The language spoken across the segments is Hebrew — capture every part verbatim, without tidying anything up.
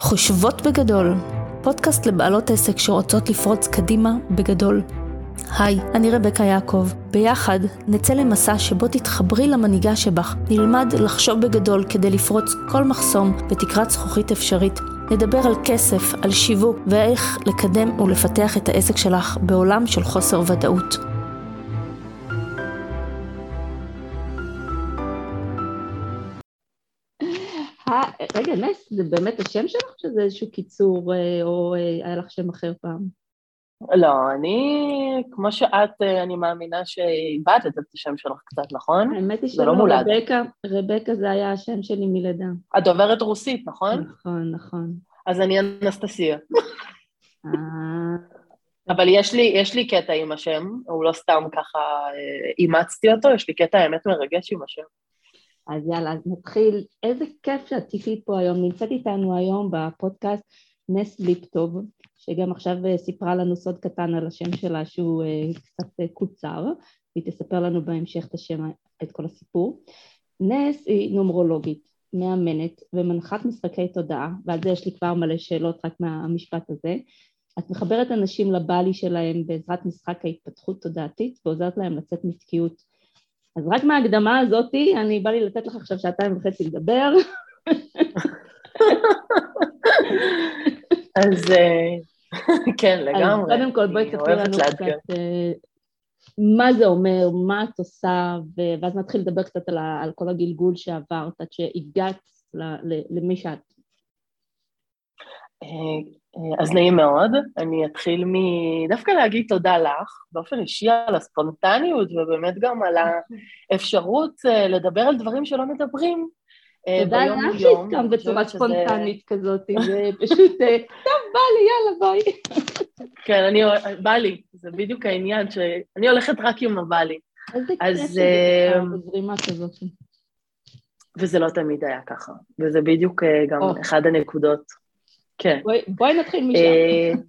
חושבות בגדול, פודקאסט לבעלות עסק שרוצות לפרוץ קדימה בגדול. היי, אני רבקה יעקב. ביחד נצא למסע שבו תתחברי למנהיגה שבך, נלמד לחשוב בגדול כדי לפרוץ כל מחסום בתקרת זכוכית אפשרית. נדבר על כסף, על שיווק ואיך לקדם ולפתח את העסק שלך בעולם של חוסר ודאות. רגע, נס, זה באמת השם שלך, שזה איזשהו קיצור, או היה לך שם אחר פעם? לא, אני, כמו שאת, אני מאמינה שאיבדת את השם שלך קצת, נכון? האמת היא שלא, רבקה, רבקה זה היה השם שלי מלידה. את דוברת רוסית, נכון? נכון, נכון. אז אני אנסטסיה. אבל יש לי, יש לי קטע עם השם, הוא לא סתם ככה אימצתי אותו, יש לי קטע האמת מרגש עם השם. אז יאללה, אז נתחיל. איזה כיף שאת איתית פה היום. נמצאת איתנו היום בפודקאסט נס ליפטוב, שגם עכשיו סיפרה לנו סוד קטן על השם שלה, שהוא קצת קוצר, והיא תספר לנו בהמשך את השם, את כל הסיפור. נס היא נומרולוגית, מאמנת ומנחת משחקי תודעה, ועל זה יש לי כבר מלא שאלות רק מהמשפט הזה. את מחברת אנשים לבעלי שלהם בעזרת משחק ההתפתחות תודעתית, ועוזרת להם לצאת מתקיעות. אז רק מההקדמה הזאת, אני בא לי לתת לך עכשיו שעתיים וחצי לדבר. אז כן, לגמרי. קודם כל, בואי תספר לנו קצת מה זה אומר, מה את עושה, ואז נתחיל לדבר קצת על כל הגלגול שעברת, עד שהגעת למי שאת. אז נעים מאוד, אני אתחיל דווקא להגיד תודה לך, באופן אישי על הספונטניות, ובאמת גם על האפשרות לדבר על דברים שלא מדברים תודה לך שהסכמת בצורה ספונטנית כזאת, זה פשוט, טוב, בא לי, יאללה, ביי. כן, אני, בא לי, זה בדיוק העניין, שאני הולכת רק עם הבא לי. איזה כיף שזה בזרימה כזאת. וזה לא תמיד היה ככה, וזה בדיוק גם אחד הנקודות. כן. בואי, בואי נתחיל משם.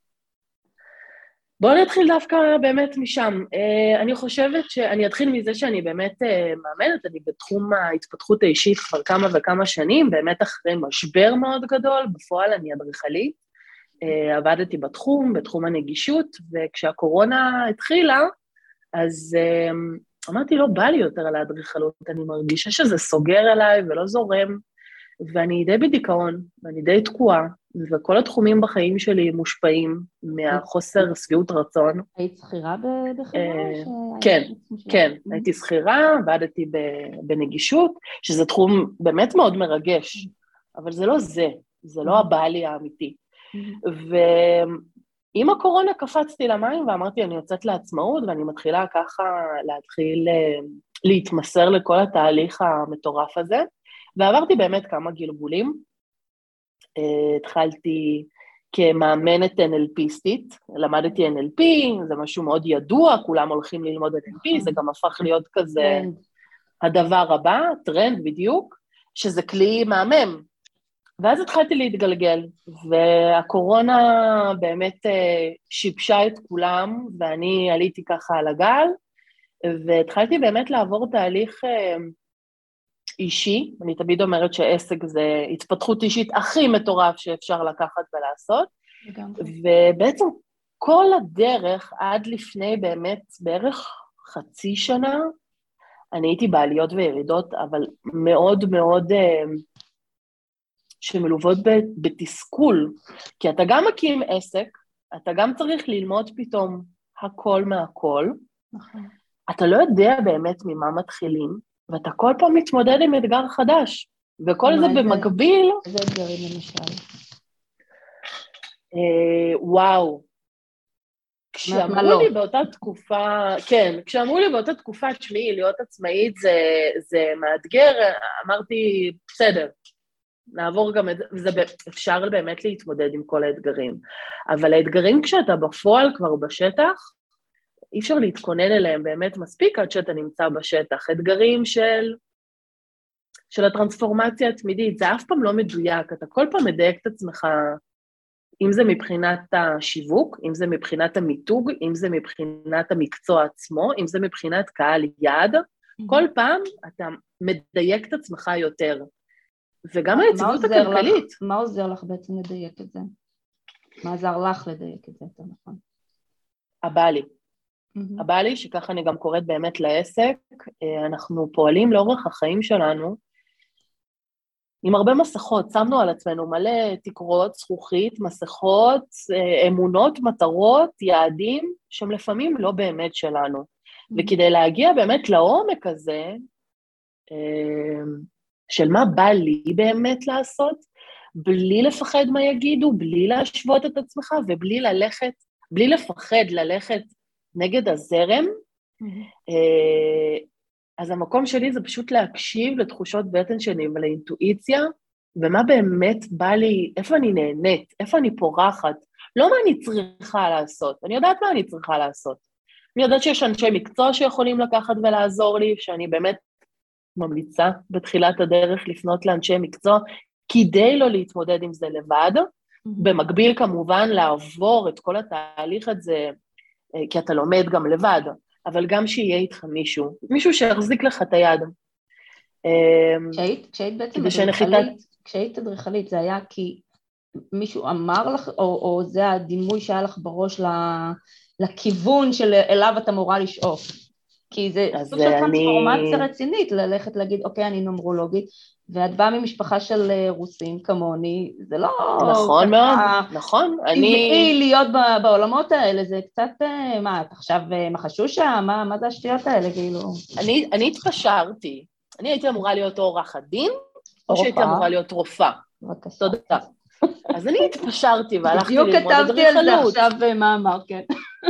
בואי נתחיל דווקא באמת משם. אני חושבת שאני אתחיל מזה שאני באמת מאמנת, אני בתחום ההתפתחות האישית כבר כמה וכמה שנים, באמת אחרי משבר מאוד גדול, בפועל אני אדריכלית, עבדתי בתחום, בתחום הנגישות, וכשהקורונה התחילה, אז אמרתי, לא בא לי יותר על האדריכלות, אני מרגישה שזה סוגר אליי ולא זורם, ואני די בדיכאון, ואני די תקועה, וכל התחומים בחיים שלי מושפעים מהחוסר שביעות רצון. היית שכירה בחברה? כן, כן, הייתי שכירה, עבדתי בנגישות, שזה תחום באמת מאוד מרגש, אבל זה לא זה, זה לא הבעלי האמיתי. ועם הקורונה קפצתי למים, ואמרתי, אני יוצאת לעצמאות, ואני מתחילה ככה להתחיל להתמסר לכל התהליך המטורף הזה, ועברתי באמת כמה גלגולים, התחלתי כמאמנת אן אל פיסטית, למדתי אן אל פי, זה משהו מאוד ידוע, כולם הולכים ללמוד אן אל פי, זה גם הפך להיות כזה הדבר הבא, טרנד בדיוק, שזה כלי מהמם, ואז התחלתי להתגלגל, והקורונה באמת שיבשה את כולם, ואני עליתי ככה על הגל, והתחלתי באמת לעבור תהליך אישי, אני תמיד אומרת שעסק זה התפתחות אישית הכי מטורף שאפשר לקחת ולעשות, ובעצם כל הדרך עד לפני באמת בערך חצי שנה, אני הייתי בעליות וירידות, אבל מאוד מאוד שמלוות בתסכול, כי אתה גם מקים עסק, אתה גם צריך ללמוד פתאום הכל מהכל, נכון. אתה לא יודע באמת ממה מתחילים, ואתה כל פעם מתמודד עם אתגר חדש, וכל זה במקביל... איזה אתגרים למשל? וואו. כשאמרו לי באותה תקופה, כן, כשאמרו לי באותה תקופה, תשמעי, להיות עצמאית זה מאתגר, אמרתי, בסדר, נעבור גם את זה, אפשר באמת להתמודד עם כל האתגרים, אבל האתגרים כשאתה בפועל כבר בשטח, אי אפשר להתכונן אליהם באמת מספיק עד שאתה נמצא בשטח. אתגרים של, של הטרנספורמציה התמידית, זה אף פעם לא מדויק, אתה כל פעם מדייק את עצמך, אם זה מבחינת השיווק, אם זה מבחינת המיתוג, אם זה מבחינת המקצוע עצמו, אם זה מבחינת קהל יעד, mm-hmm. כל פעם אתה מדייק את עצמך יותר. וגם היציבות הכלכלית. לך, מה עוזר לך בעצם לדייק את זה? מה עזר לך לדייק את זה, יותר נכון? הבעלי. Mm-hmm. הבעלי, שככה אני גם קוראת באמת לעסק, אנחנו פועלים לאורך החיים שלנו, עם הרבה מסכות, שמנו על עצמנו מלא תקרות, זכוכית, מסכות, אמונות, מטרות, יעדים, שהם לפעמים לא באמת שלנו. Mm-hmm. וכדי להגיע באמת לעומק הזה, של מה בא לי באמת לעשות, בלי לפחד מה יגידו, בלי להשוות את עצמך, ובלי ללכת, בלי לפחד ללכת נגד הזרם, mm-hmm. אז המקום שלי זה פשוט להקשיב לתחושות בטן שלי ולאינטואיציה, ומה באמת בא לי, איפה אני נהנית, איפה אני פורחת, לא מה אני צריכה לעשות, אני יודעת מה אני צריכה לעשות. אני יודעת שיש אנשי מקצוע שיכולים לקחת ולעזור לי, שאני באמת ממליצה בתחילת הדרך לפנות לאנשי מקצוע, כדי לא להתמודד עם זה לבד, mm-hmm. במקביל כמובן לעבור את כל התהליך הזה, כי אתה לומד גם לבד, אבל גם שיהיה איתך מישהו, מישהו שיחזיק לך את היד. כשהיית, כשהיית בעצם אדריכלית, כשהיית אדריכלית, זה היה כי מישהו אמר לך, או, או זה הדימוי שהיה לך בראש לכיוון של אליו אתה מורה לשאוף? כי זה סוג של טרנספורמציה רצינית, ללכת להגיד, אוקיי, אני נומרולוגית, ואת באה ממשפחה של רוסים כמוני, זה לא... נכון מאוד, נכון. טבעי להיות בעולמות האלה, זה קצת, מה, את עכשיו מחשושה? מה זה השטויות האלה, כאילו? אני התפשרתי, אני הייתי אמורה להיות עורכת דין, או שהייתי אמורה להיות רופאה. בבקשה. תודה. אז אני התפשרתי והלכתי ללמוד אדריכלות. בדיוק כתבתי על זה עכשיו מה אמר, כן.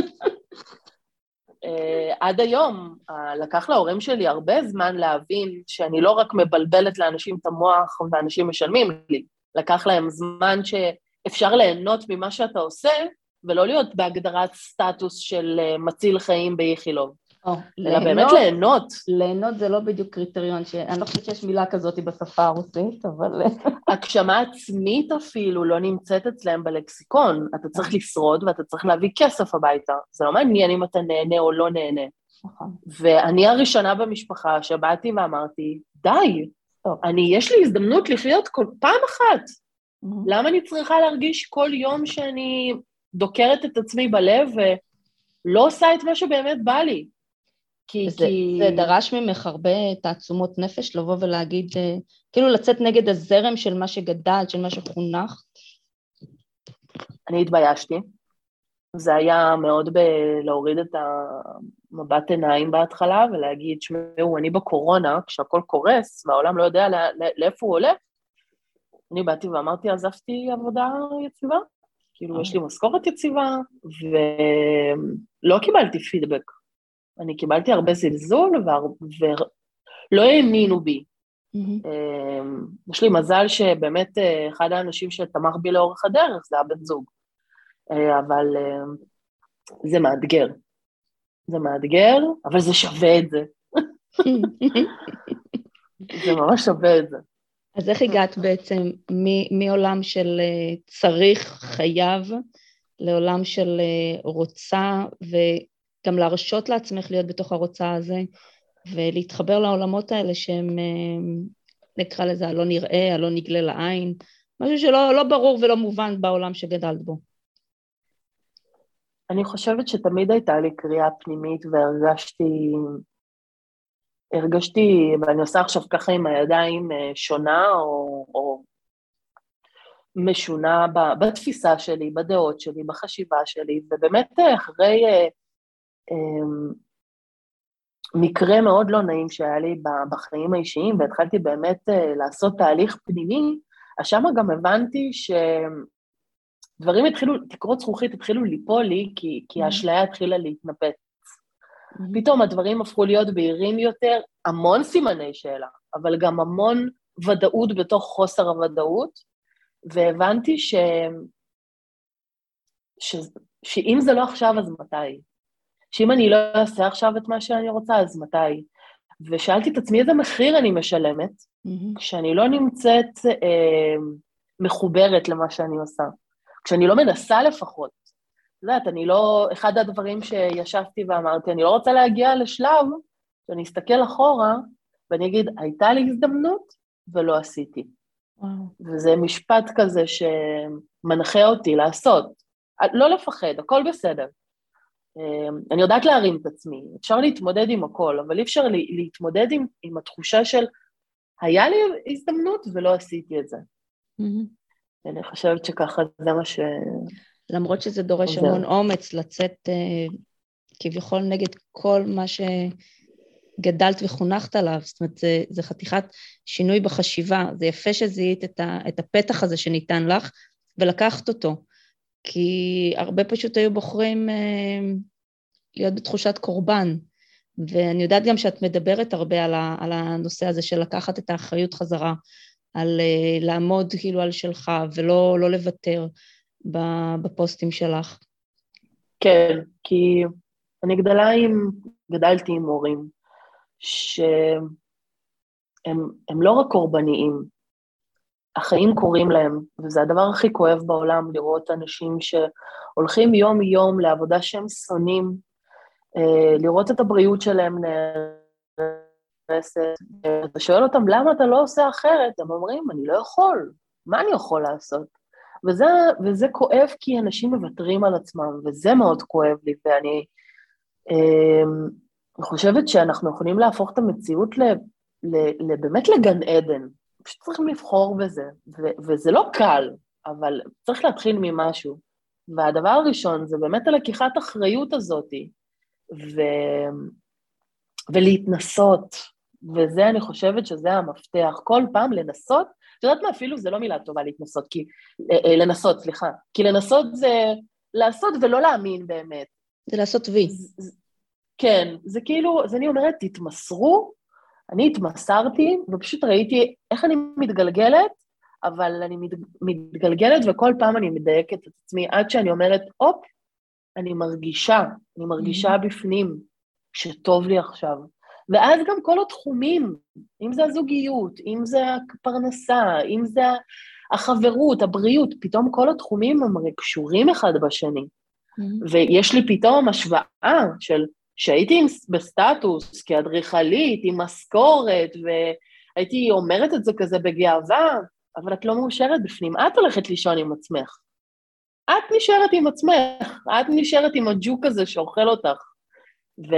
Uh, עד היום, uh, לקח להורים שלי הרבה זמן להבין שאני לא רק מבלבלת לאנשים את המוח ואנשים משלמים לי, לקח להם זמן שאפשר ליהנות ממה שאתה עושה, ולא להיות בהגדרת סטטוס של uh, מציל חיים באיכילוב, oh, אלא באמת ליהנות. ליהנות זה לא בדיוק קריטריון, אני לא חושבת שיש מילה כזאת בשפה הרוסית, אבל... הגשמה עצמית אפילו לא נמצאת אצלם בלקסיקון, אתה צריך לשרוד ואתה צריך להביא כסף הביתה, זה לא מעניין אם אתה נהנה או לא נהנה. ואני הראשונה במשפחה שבאתי ואמרתי, די, אני, יש לי הזדמנות לחיות כל פעם אחת, למה אני צריכה להרגיש כל יום שאני דוקרת את עצמי בלב ולא עושה את מה שבאמת בא לי? כי, זה, כי... זה דרש ממך הרבה תעצומות נפש לבוא ולהגיד, כאילו לצאת נגד הזרם של מה שגדל, של מה שחונך? אני התביישתי. זה היה מאוד בלהוריד את המבט עיניים בהתחלה, ולהגיד, שמעו, אני בקורונה, כשהכל קורס, והעולם לא יודע לא, לא, לאיפה הוא הולך, אני באתי ואמרתי, עזבתי עבודה יציבה, כאילו יש לי משכורת יציבה, ולא קיבלתי פידבק. אני קיבלתי הרבה זלזול, ולא האמינו בי. Mm-hmm. יש לי מזל שבאמת אחד האנשים שתמך בי לאורך הדרך, זה הבן זוג. אבל זה מאתגר. זה מאתגר, אבל זה שווה את זה. זה ממש שווה את זה. אז איך הגעת בעצם מעולם של צריך, חייב, לעולם של רוצה, וגם להרשות לעצמך להיות בתוך הרוצה הזה, ולהתחבר לעולמות האלה שהם, נקרא לזה, הלא נראה, הלא נגלה לעין, משהו שלא לא ברור ולא מובן בעולם שגדלת בו. אני חושבת שתמיד הייתה לי קריאה פנימית, והרגשתי, הרגשתי, ואני עושה עכשיו ככה עם הידיים שונה, או, או משונה בתפיסה שלי, בדעות שלי, בחשיבה שלי, ובאמת אחרי מקרה מאוד לא נעים שהיה לי בחיים האישיים, והתחלתי באמת לעשות תהליך פנימי, אז שמה גם הבנתי שדברים התחילו, תקרות זכוכית התחילו ליפול לי, כי, כי האשליה התחילה להתנפץ. פתאום הדברים הפכו להיות בהירים יותר, המון סימני שאלה, אבל גם המון ודאות בתוך חוסר הוודאות, והבנתי ש... ש... שאם זה לא עכשיו, אז מתי? שאם אני לא אעשה עכשיו את מה שאני רוצה, אז מתי? ושאלתי את עצמי איזה מחיר אני משלמת, mm-hmm. כשאני לא נמצאת אה, מחוברת למה שאני עושה. כשאני לא מנסה לפחות. יודעת, אני לא, אחד הדברים שישבתי ואמרתי, אני לא רוצה להגיע לשלב, שאני אסתכל אחורה, ואני אגיד, הייתה לי הזדמנות, ולא עשיתי. וואו. וזה משפט כזה שמנחה אותי לעשות. לא לפחד, הכל בסדר. אני יודעת להרים את עצמי, אפשר להתמודד עם הכל, אבל אי אפשר להתמודד עם, עם התחושה של, היה לי הזדמנות ולא עשיתי את זה. Mm-hmm. אני חושבת שככה זה מה ש... למרות שזה דורש המון אומץ לצאת uh, כביכול נגד כל מה שגדלת וחונכת עליו, זאת אומרת, זה, זה חתיכת שינוי בחשיבה, זה יפה שזיהית את, ה, את הפתח הזה שניתן לך, ולקחת אותו, כי הרבה פשוט היו בוחרים uh, להיות בתחושת קורבן, ואני יודעת גם שאת מדברת הרבה על, ה, על הנושא הזה של לקחת את האחריות חזרה, על uh, לעמוד כאילו על שלך, ולא לא לוותר, בפוסטים שלך. כן, כי אני גדלה עם, גדלתי עם הורים, שהם הם לא רק קורבניים, החיים קוראים להם, וזה הדבר הכי כואב בעולם, לראות אנשים שהולכים יום יום לעבודה שהם שונאים, לראות את הבריאות שלהם נהרסת, ואתה שואל אותם, למה אתה לא עושה אחרת? הם אומרים, אני לא יכול, מה אני יכול לעשות? וזה, וזה כואב כי אנשים מוותרים על עצמם, וזה מאוד כואב לי, ואני אה, חושבת שאנחנו יכולים להפוך את המציאות ל, ל, ל, באמת לגן עדן, פשוט צריכים לבחור בזה, ו, וזה לא קל, אבל צריך להתחיל ממשהו, והדבר הראשון זה באמת הלקיחת אחריות הזאת, ו, ולהתנסות, וזה אני חושבת שזה המפתח, כל פעם לנסות, את יודעת מה, אפילו זה לא מילה טובה להתנסות, כי, אה, לנסות, סליחה, כי לנסות זה לעשות ולא להאמין באמת. זה לעשות וי. כן, זה כאילו, אז אני אומרת, תתמסרו, אני התמסרתי, ופשוט ראיתי איך אני מתגלגלת, אבל אני מת, מתגלגלת, וכל פעם אני מדייקת את עצמי, עד שאני אומרת, אופ, אני מרגישה, אני מרגישה mm-hmm. בפנים, שטוב לי עכשיו. ואז גם כל התחומים, אם זה הזוגיות, אם זה הפרנסה, אם זה החברות, הבריאות, פתאום כל התחומים הם קשורים אחד בשני. Mm-hmm. ויש לי פתאום השוואה של שהייתי בסטטוס כאדריכלית, עם משכורת, והייתי אומרת את זה כזה בגאווה, אבל את לא מאושרת בפנים, את הולכת לישון עם עצמך. את נשארת עם עצמך, את נשארת עם הג'וק הזה שאוכל אותך. ו...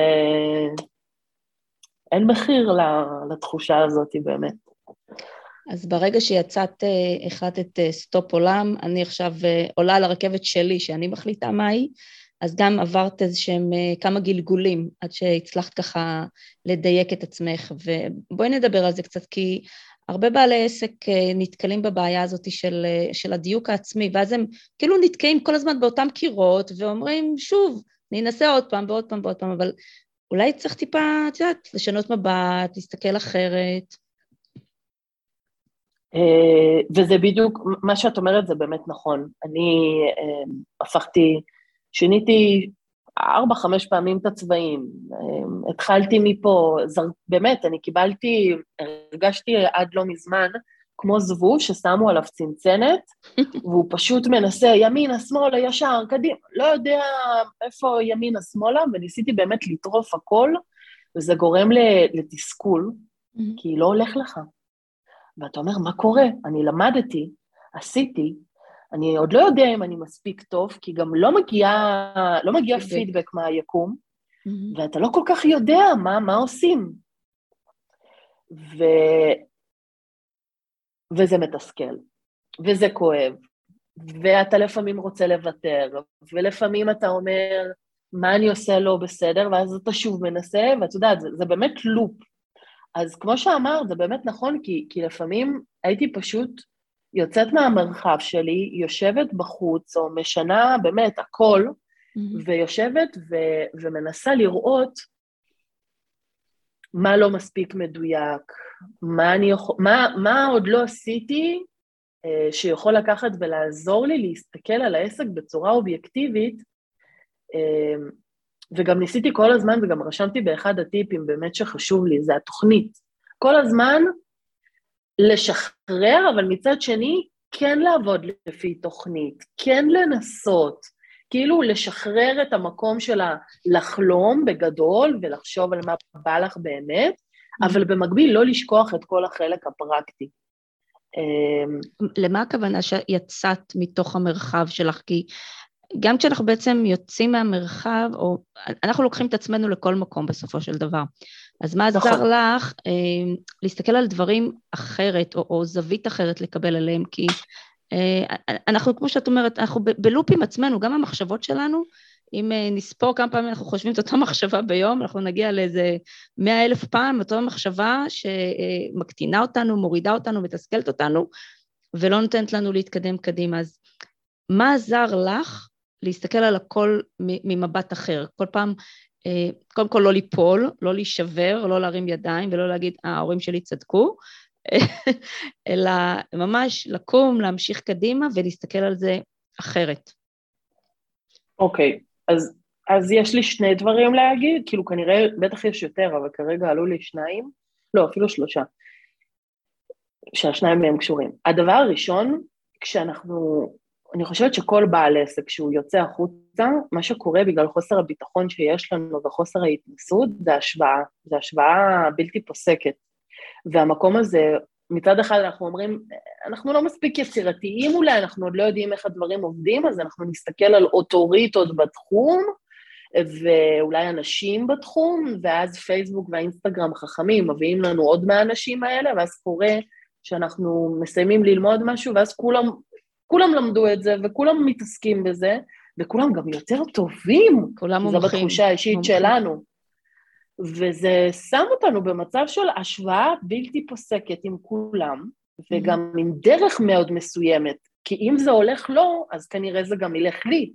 אין מחיר לתחושה הזאת באמת. אז ברגע שיצאת, החלטת סטופ עולם, אני עכשיו עולה על הרכבת שלי, שאני מחליטה מהי, אז גם עברת איזשהם כמה גלגולים, עד שהצלחת ככה לדייק את עצמך, ובואי נדבר על זה קצת, כי הרבה בעלי עסק נתקלים בבעיה הזאת של, של הדיוק העצמי, ואז הם כאילו נתקעים כל הזמן באותם קירות, ואומרים, שוב, ננסה עוד פעם ועוד פעם ועוד פעם, אבל אולי צריך טיפה, את יודעת, לשנות מבט, להסתכל אחרת. וזה בדיוק, מה שאת אומרת זה באמת נכון. אני הפכתי, שיניתי ארבע, חמש פעמים את הצבעים, התחלתי מפה, באמת, אני קיבלתי, הרגשתי עד לא מזמן, כמו זבוב ששמו עליו צנצנת, והוא פשוט מנסה ימינה, שמאלה, ישר, קדימה, לא יודע איפה ימינה, שמאלה, וניסיתי באמת לטרוף הכל, וזה גורם לתסכול, כי לא הולך לך. ואתה אומר, מה קורה? אני למדתי, עשיתי, אני עוד לא יודע אם אני מספיק טוב, כי גם לא מגיע, לא מגיע פידבק מהיקום, ואתה לא כל כך יודע מה, מה עושים. ו... וזה מתסכל, וזה כואב, ואתה לפעמים רוצה לוותר, ולפעמים אתה אומר, מה אני עושה לא בסדר, ואז אתה שוב מנסה, ואת יודעת, זה, זה באמת לופ. אז כמו שאמרת, זה באמת נכון, כי, כי לפעמים הייתי פשוט יוצאת מהמרחב שלי, יושבת בחוץ, או משנה באמת הכל, mm-hmm. ויושבת ו, ומנסה לראות מה לא מספיק מדויק, מה, אני יכול, מה, מה עוד לא עשיתי אה, שיכול לקחת ולעזור לי להסתכל על העסק בצורה אובייקטיבית, אה, וגם ניסיתי כל הזמן, וגם רשמתי באחד הטיפים באמת שחשוב לי, זה התוכנית. כל הזמן לשחרר, אבל מצד שני, כן לעבוד לפי תוכנית, כן לנסות, כאילו לשחרר את המקום שלה לחלום בגדול, ולחשוב על מה בא לך באמת, אבל במקביל לא לשכוח את כל החלק הפרקטי. למה הכוונה שיצאת מתוך המרחב שלך? כי גם כשאנחנו בעצם יוצאים מהמרחב, או אנחנו לוקחים את עצמנו לכל מקום בסופו של דבר, אז מה עזר נכון. לך אה, להסתכל על דברים אחרת, או, או זווית אחרת לקבל עליהם? כי אה, אנחנו, כמו שאת אומרת, אנחנו ב- בלופים עצמנו, גם המחשבות שלנו, אם אה, נספור כמה פעמים אנחנו חושבים את אותה מחשבה ביום, אנחנו נגיע לאיזה מאה אלף פעם, אותה מחשבה שמקטינה אותנו, מורידה אותנו, מתסכלת אותנו, ולא נותנת לנו להתקדם קדימה. אז מה עזר לך להסתכל על הכל ממבט אחר? כל פעם, קודם כל לא ליפול, לא להישבר, לא להרים ידיים, ולא להגיד, אה, ההורים שלי צדקו, אלא ממש לקום, להמשיך קדימה, ולהסתכל על זה אחרת. אוקיי, אז, אז יש לי שני דברים להגיד, כאילו כנראה, בטח יש יותר, אבל כרגע עלו לי שניים, לא, אפילו שלושה, שהשניים מהם קשורים. הדבר הראשון, כשאנחנו, אני חושבת שכל בעל עסק שהוא יוצא החוצה, מה שקורה בגלל חוסר הביטחון שיש לנו וחוסר ההתנסות, זה השוואה, זה השוואה בלתי פוסקת. והמקום הזה, מצד אחד אנחנו אומרים, אנחנו לא מספיק יצירתיים אולי, אנחנו עוד לא יודעים איך הדברים עובדים, אז אנחנו נסתכל על אוטוריטות בתחום, ואולי אנשים בתחום, ואז פייסבוק והאינסטגרם חכמים מביאים לנו עוד מהאנשים האלה, ואז קורה שאנחנו מסיימים ללמוד משהו, ואז כולם, כולם למדו את זה, וכולם מתעסקים בזה, וכולם גם יותר טובים, כולם זה מומחים. בתחושה האישית מומחים. שלנו. וזה שם אותנו במצב של השוואה בלתי פוסקת עם כולם, וגם עם דרך מאוד מסוימת, כי אם זה הולך לו, אז כנראה זה גם ילך לי.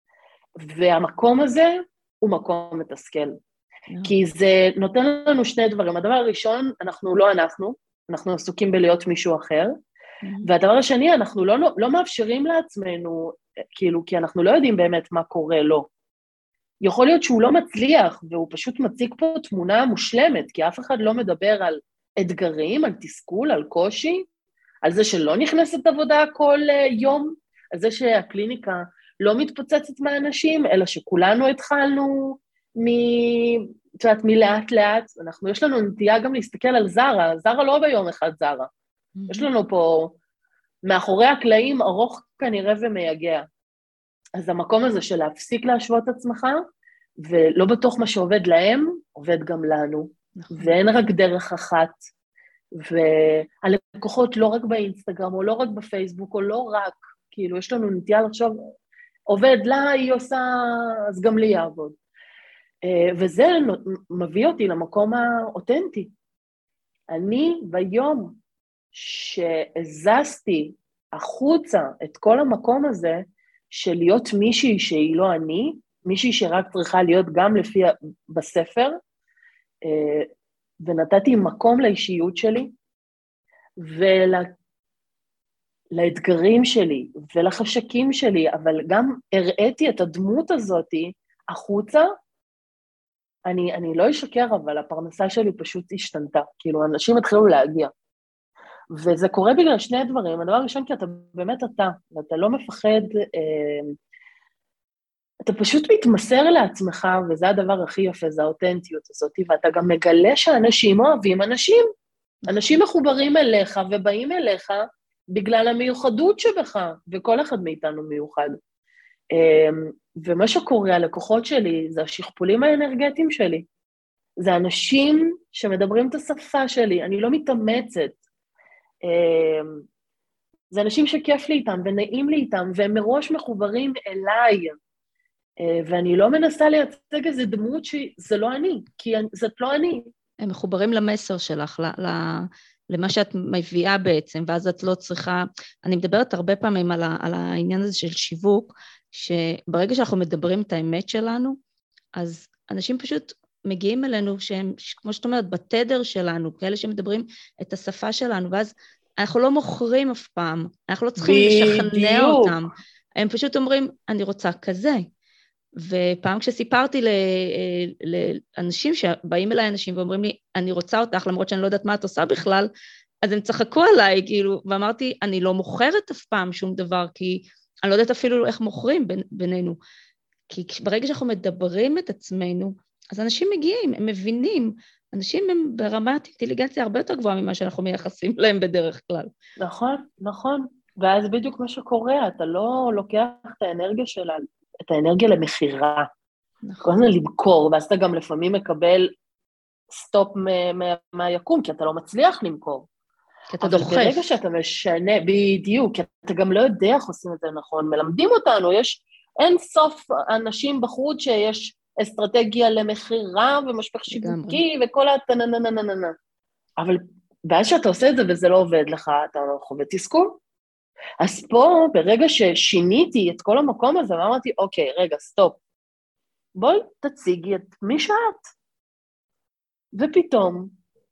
והמקום הזה הוא מקום מתסכל. כי זה נותן לנו שני דברים. הדבר הראשון, אנחנו לא אנחנו, אנחנו עסוקים בלהיות מישהו אחר, והדבר השני, אנחנו לא, לא, לא מאפשרים לעצמנו, כאילו, כי אנחנו לא יודעים באמת מה קורה לו. יכול להיות שהוא לא מצליח, והוא פשוט מציג פה תמונה מושלמת, כי אף אחד לא מדבר על אתגרים, על תסכול, על קושי, על זה שלא נכנסת עבודה כל יום, על זה שהקליניקה לא מתפוצצת מהאנשים, אלא שכולנו התחלנו מ... את יודעת, מלאט לאט, אנחנו, יש לנו נטייה גם להסתכל על זרה, זרה לא ביום אחד זרה, mm-hmm. יש לנו פה מאחורי הקלעים ארוך כנראה ומייגע. אז המקום הזה של להפסיק להשוות עצמך, ולא בטוח מה שעובד להם, עובד גם לנו, נכון. ואין רק דרך אחת, והלקוחות לא רק באינסטגרם, או לא רק בפייסבוק, או לא רק, כאילו יש לנו נטייה לחשוב, עובד לה, היא עושה, אז גם לי יעבוד. וזה מביא אותי למקום האותנטי. אני ביום שהזזתי החוצה את כל המקום הזה, של להיות מישהי שהיא לא אני, מישהי שרק צריכה להיות גם לפי בספר, ונתתי מקום לאישיות שלי, ולאתגרים שלי, ולחשקים שלי, אבל גם הראיתי את הדמות הזאת החוצה, אני, אני לא אשקר, אבל הפרנסה שלי פשוט השתנתה, כאילו אנשים התחילו להגיע. וזה קורה בגלל שני דברים. הדבר הראשון, כי אתה באמת אתה, ואתה לא מפחד, אה, אתה פשוט מתמסר לעצמך, וזה הדבר הכי יפה, זה האותנטיות הזאת, ואתה גם מגלה שאנשים אוהבים אנשים, אנשים מחוברים אליך ובאים אליך בגלל המיוחדות שבך, וכל אחד מאיתנו מיוחד. אה, ומה שקורה, הלקוחות שלי, זה השכפולים האנרגטיים שלי, זה אנשים שמדברים את השפה שלי, אני לא מתאמצת, זה אנשים שכיף לי איתם ונעים לי איתם, והם מראש מחוברים אליי, ואני לא מנסה לייצג איזה דמות שזה לא אני, כי זאת לא אני. הם מחוברים למסר שלך, למה שאת מביאה בעצם, ואז את לא צריכה, אני מדברת הרבה פעמים על, על העניין הזה של שיווק, שברגע שאנחנו מדברים את האמת שלנו, אז אנשים פשוט מגיעים אלינו שהם, כמו שאת אומרת, בתדר שלנו, כאלה שמדברים את השפה שלנו, ואז אנחנו לא מוכרים אף פעם, אנחנו לא צריכים לשכנע אותם, הם פשוט אומרים, אני רוצה כזה. ופעם כשסיפרתי לאנשים שבאים אליי אנשים ואומרים לי, אני רוצה אותך, למרות שאני לא יודעת מה את עושה בכלל, אז הם צחקו עליי, כאילו, ואמרתי, אני לא מוכרת אף פעם שום דבר, כי אני לא יודעת אפילו איך מוכרים בינינו. כי ברגע שאנחנו מדברים את עצמנו, אז אנשים מגיעים, הם מבינים אנשים הם ברמת אינטליגנציה הרבה יותר גבוהה ממה שאנחנו מייחסים להם בדרך כלל. נכון, נכון. ואז בדיוק מה שקורה, אתה לא לוקח את האנרגיה שלה, את האנרגיה למחירה. נכון. כל הזמן למכור, ואז אתה גם לפעמים מקבל סטופ מהיקום, כי אתה לא מצליח למכור. כי אתה דוחף. אבל ברגע שאתה משנה, בדיוק, כי אתה גם לא יודע איך עושים את זה נכון, מלמדים אותנו, יש אין סוף אנשים בחוץ שיש אסטרטגיה למחירה ומשפך שיווקי וכל התנננננננ. אבל ואז שאתה עושה את זה וזה לא עובד לך, אתה חווה תסכול. אז פה, ברגע ששיניתי את כל המקום הזה, ואמרתי, אוקיי, רגע, סטופ. בואי תציגי את מי שאת. ופתאום,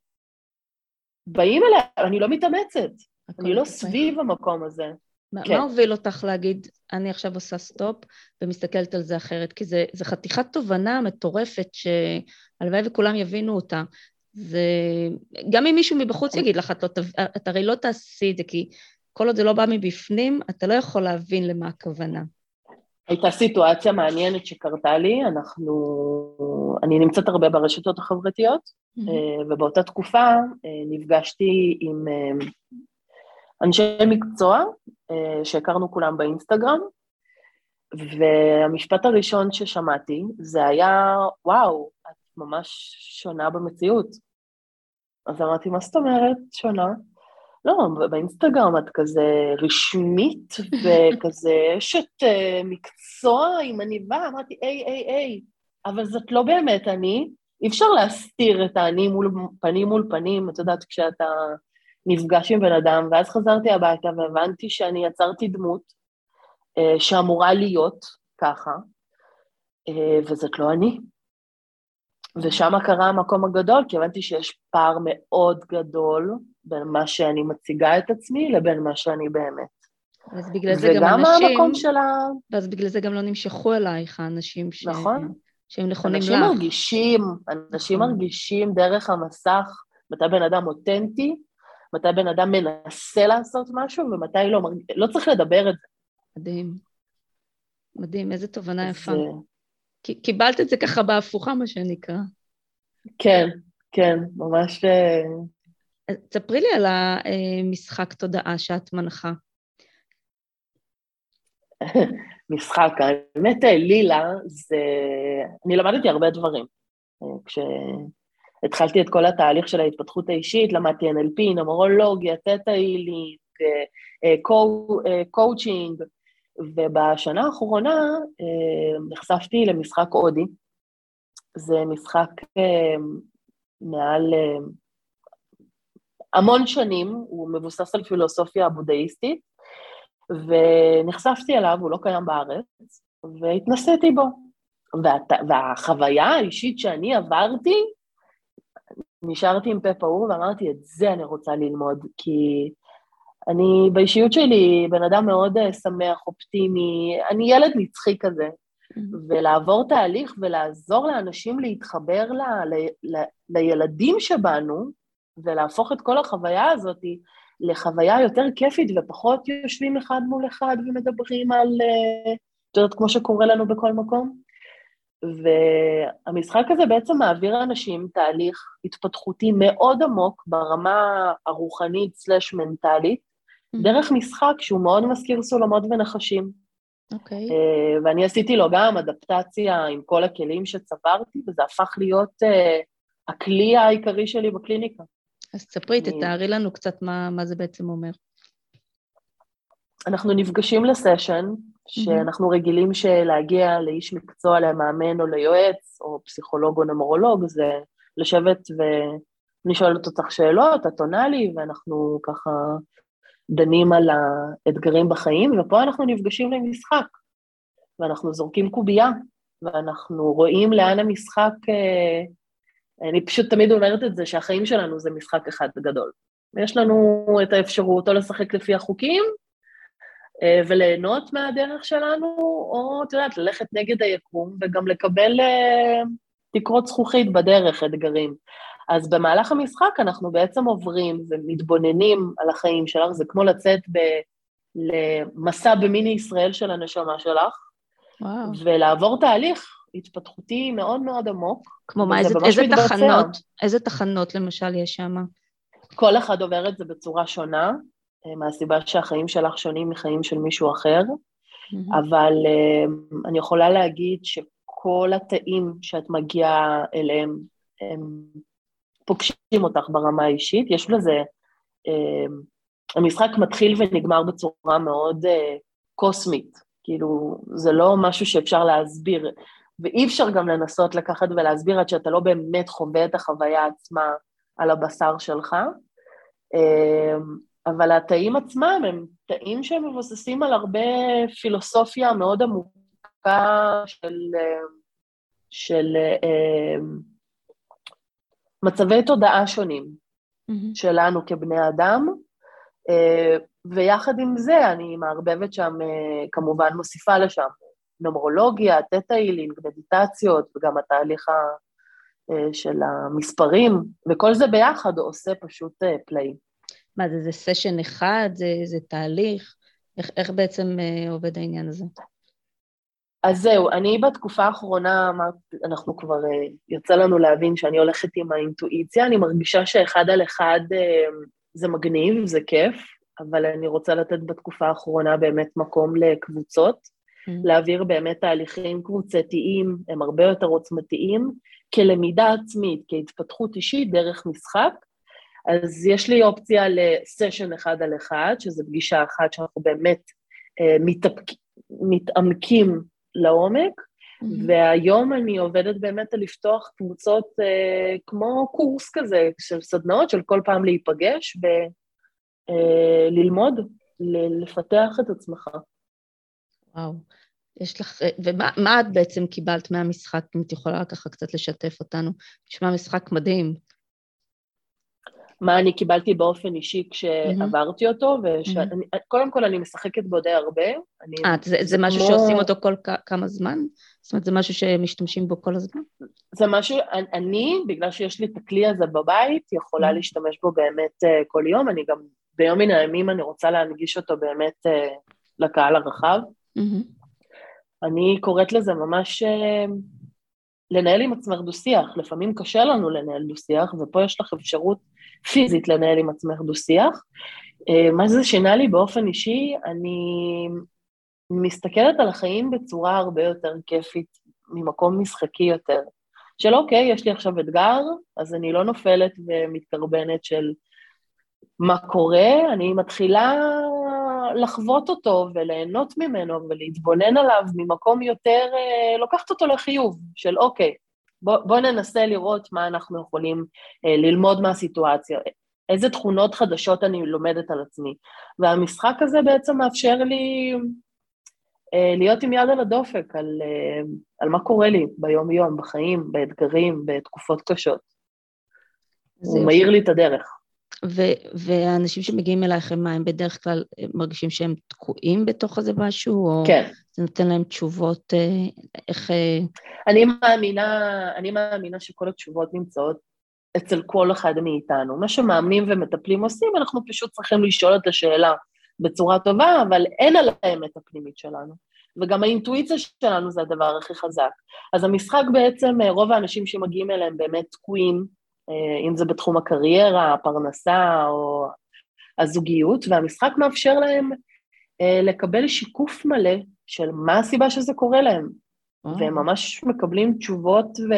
באים אליה, אני לא מתאמצת, אני לא סביב המקום הזה. מה, כן. מה הוביל אותך להגיד, אני עכשיו עושה סטופ, ומסתכלת על זה אחרת, כי זה, זה חתיכת תובנה מטורפת, שהלוואי וכולם יבינו אותה. זה, גם אם מישהו מבחוץ יגיד לך, את, לא, את הרי לא תעשי את זה, כי כל עוד זה לא בא מבפנים, אתה לא יכול להבין למה הכוונה. הייתה סיטואציה מעניינת שקרתה לי, אנחנו, אני נמצאת הרבה ברשתות החברתיות, mm-hmm. ובאותה תקופה נפגשתי עם אנשי מקצוע, שהכרנו כולם באינסטגרם, והמשפט הראשון ששמעתי, זה היה, וואו, את ממש שונה במציאות. אז אמרתי, מה זאת אומרת שונה? לא, באינסטגרם את כזה רשמית, וכזה אשת מקצוע עם עניבה, אמרתי, איי, איי, איי, אבל זאת לא באמת אני, אי אפשר להסתיר את העני מול פנים מול פנים, את יודעת, כשאתה נפגש עם בן אדם, ואז חזרתי הביתה והבנתי שאני יצרתי דמות, שאמורה להיות ככה, וזאת לא אני. ושם קרה המקום הגדול, כי הבנתי שיש פער מאוד גדול, בין מה שאני מציגה את עצמי, לבין מה שאני באמת. אז בגלל זה גם אנשים... וגם המקום שלה... ואז בגלל זה גם לא נמשכו אלייך, האנשים ש... נכון. שהם נכונים לך. אנשים מרגישים, אנשים מרגישים דרך המסך, מתי בן אדם אותנטי, מתי בן אדם מנסה לעשות משהו, ומתי לא, לא צריך לדבר את זה. מדהים. מדהים, איזה תובנה יפה. קיבלת את זה ככה בהפוכה, מה שנקרא. כן, כן, ממש... תספרי לי על המשחק תודעה שאת מנחה. משחק, האמת לילה, זה... אני למדתי הרבה דברים. כשהתחלתי את כל התהליך של ההתפתחות האישית, למדתי אן אל פי, נומרולוגיה, תטא הילינג, קואוצ'ינג, ובשנה האחרונה נחשפתי למשחק הודי. זה משחק מעל המון שנים, הוא מבוסס על פילוסופיה הבודהיסטית, ונחשפתי אליו, הוא לא קיים בארץ, והתנסיתי בו. והחוויה האישית שאני עברתי, נשארתי עם פה פעור ואמרתי, את זה אני רוצה ללמוד, כי אני באישיות שלי בן אדם מאוד שמח, אופטימי, אני ילד נצחי כזה, ולעבור תהליך ולעזור לאנשים להתחבר ל, ל, ל, לילדים שבנו, ולהפוך את כל החוויה הזאת לחוויה יותר כיפית, ופחות יושבים אחד מול אחד ומדברים על, את יודעת, כמו שקורה לנו בכל מקום. והמשחק הזה בעצם מעביר אנשים תהליך התפתחותי מאוד עמוק ברמה הרוחנית סלש מנטלית, mm-hmm. דרך משחק שהוא מאוד מזכיר סולמות ונחשים. אוקיי. Okay. ואני עשיתי לו גם אדפטציה עם כל הכלים שצברתי, וזה הפך להיות uh, הכלי העיקרי שלי בקליניקה. אז תספרי, תתארי לנו קצת מה, מה זה בעצם אומר. אנחנו נפגשים לסשן, שאנחנו רגילים שלהגיע לאיש מקצוע, למאמן או ליועץ, או פסיכולוג או נומרולוג, זה לשבת ואני שואלת אותך שאלות, את עונה לי, ואנחנו ככה דנים על האתגרים בחיים, ופה אנחנו נפגשים למשחק, ואנחנו זורקים קובייה, ואנחנו רואים לאן המשחק, אני פשוט תמיד אומרת את זה, שהחיים שלנו זה משחק אחד גדול. ויש לנו את האפשרות או לשחק לפי החוקים, וליהנות מהדרך שלנו, או, את יודעת, ללכת נגד היקום, וגם לקבל תקרות זכוכית בדרך, אתגרים. אז במהלך המשחק אנחנו בעצם עוברים ומתבוננים על החיים שלך, זה כמו לצאת ב- למסע במיני ישראל של הנשמה שלך, וואו. ולעבור תהליך התפתחותי מאוד מאוד עמוק. כמו מה, איזה, איזה תחנות, איזה תחנות למשל יש שם? כל אחד עובר את זה בצורה שונה, מהסיבה שהחיים שלך שונים מחיים של מישהו אחר, mm-hmm. אבל אני יכולה להגיד שכל התאים שאת מגיעה אליהם, הם פוגשים אותך ברמה האישית, יש לזה, המשחק מתחיל ונגמר בצורה מאוד קוסמית, כאילו זה לא משהו שאפשר להסביר, ואי אפשר גם לנסות לקחת ולהסביר עד שאתה לא באמת חווה את החוויה עצמה על הבשר שלך, אבל התאים עצמם הם תאים שהם מבוססים על הרבה פילוסופיה מאוד עמוקה של, של מצבי תודעה שונים mm-hmm. שלנו כבני אדם, ויחד עם זה אני מערבבת שם, כמובן מוסיפה לשם, נומרולוגיה, תטא-הילינג, מדיטציות, וגם התהליך של המספרים, וכל זה ביחד עושה פשוט פלאים. מה זה, זה סשן אחד, זה, זה תהליך? איך, איך בעצם עובד העניין הזה? אז זהו, אני בתקופה האחרונה, אנחנו כבר, יוצא לנו להבין שאני הולכת עם האינטואיציה, אני מרגישה שאחד על אחד זה מגניב, זה כיף, אבל אני רוצה לתת בתקופה האחרונה באמת מקום לקבוצות, mm-hmm. להעביר באמת תהליכים קבוצתיים, הם הרבה יותר עוצמתיים, כלמידה עצמית, כהתפתחות אישית דרך משחק, אז יש לי אופציה לסשן אחד על אחד, שזה פגישה אחת שאנחנו באמת אה, מתאפק, מתעמקים לעומק, mm-hmm. והיום אני עובדת באמת על לפתוח קבוצות אה, כמו קורס כזה, של סדנאות, של כל פעם להיפגש וללמוד, אה, לפתח את עצמך. וואו, יש לך, ומה מה את בעצם קיבלת מהמשחק, אם את יכולה ככה קצת לשתף אותנו? נשמע משחק מדהים. מה אני קיבלתי באופן אישי כשעברתי אותו, וקודם כל אני משחקת בו די הרבה. אה, זה משהו שעושים אותו כל כמה זמן? זאת אומרת, זה משהו שמשתמשים בו כל הזמן? זה משהו, אני, בגלל שיש לי את הכלי הזה בבית, יכולה להשתמש בו באמת כל יום, אני גם ביום מן הימים אני רוצה להנגיש אותו באמת לקהל הרחב. אני קוראת לזה ממש לנהל עם עצמך דו-שיח, לפעמים קשה לנו לנהל דו-שיח, ופה יש לך אפשרות פיזית לנהל עם עצמך דו-שיח. מה זה שינה לי באופן אישי? אני מסתכלת על החיים בצורה הרבה יותר כיפית, ממקום משחקי יותר. של אוקיי, יש לי עכשיו אתגר, אז אני לא נופלת ומתקרבנת של מה קורה, אני מתחילה לחוות אותו וליהנות ממנו ולהתבונן עליו ממקום יותר, לוקחת אותו לחיוב, של אוקיי, בוא, בוא ננסה לראות מה אנחנו יכולים אה, ללמוד מהסיטואציה, איזה תכונות חדשות אני לומדת על עצמי, והמשחק הזה בעצם מאפשר לי אה, להיות עם יד על הדופק, על, אה, על מה קורה לי ביום יום, בחיים, באתגרים, בתקופות קשות. הוא מאיר לי את הדרך. ו- והאנשים שמגיעים אלייך, מה, הם בדרך כלל מרגישים שהם תקועים בתוך הזה משהו, או כן. זה נותן להם תשובות, איך... אני מאמינה, אני מאמינה שכל התשובות נמצאות אצל כל אחד מאיתנו. מה שמאמנים ומטפלים עושים, אנחנו פשוט צריכים לשאול את השאלה בצורה טובה, אבל אין על האמת הפנימית שלנו. וגם האינטואיציה שלנו זה הדבר הכי חזק. אז המשחק בעצם, רוב האנשים שמגיעים אליהם באמת תקועים, אם זה בתחום הקריירה, הפרנסה או הזוגיות, והמשחק מאפשר להם לקבל שיקוף מלא של מה הסיבה שזה קורה להם, והם ממש מקבלים תשובות, ו...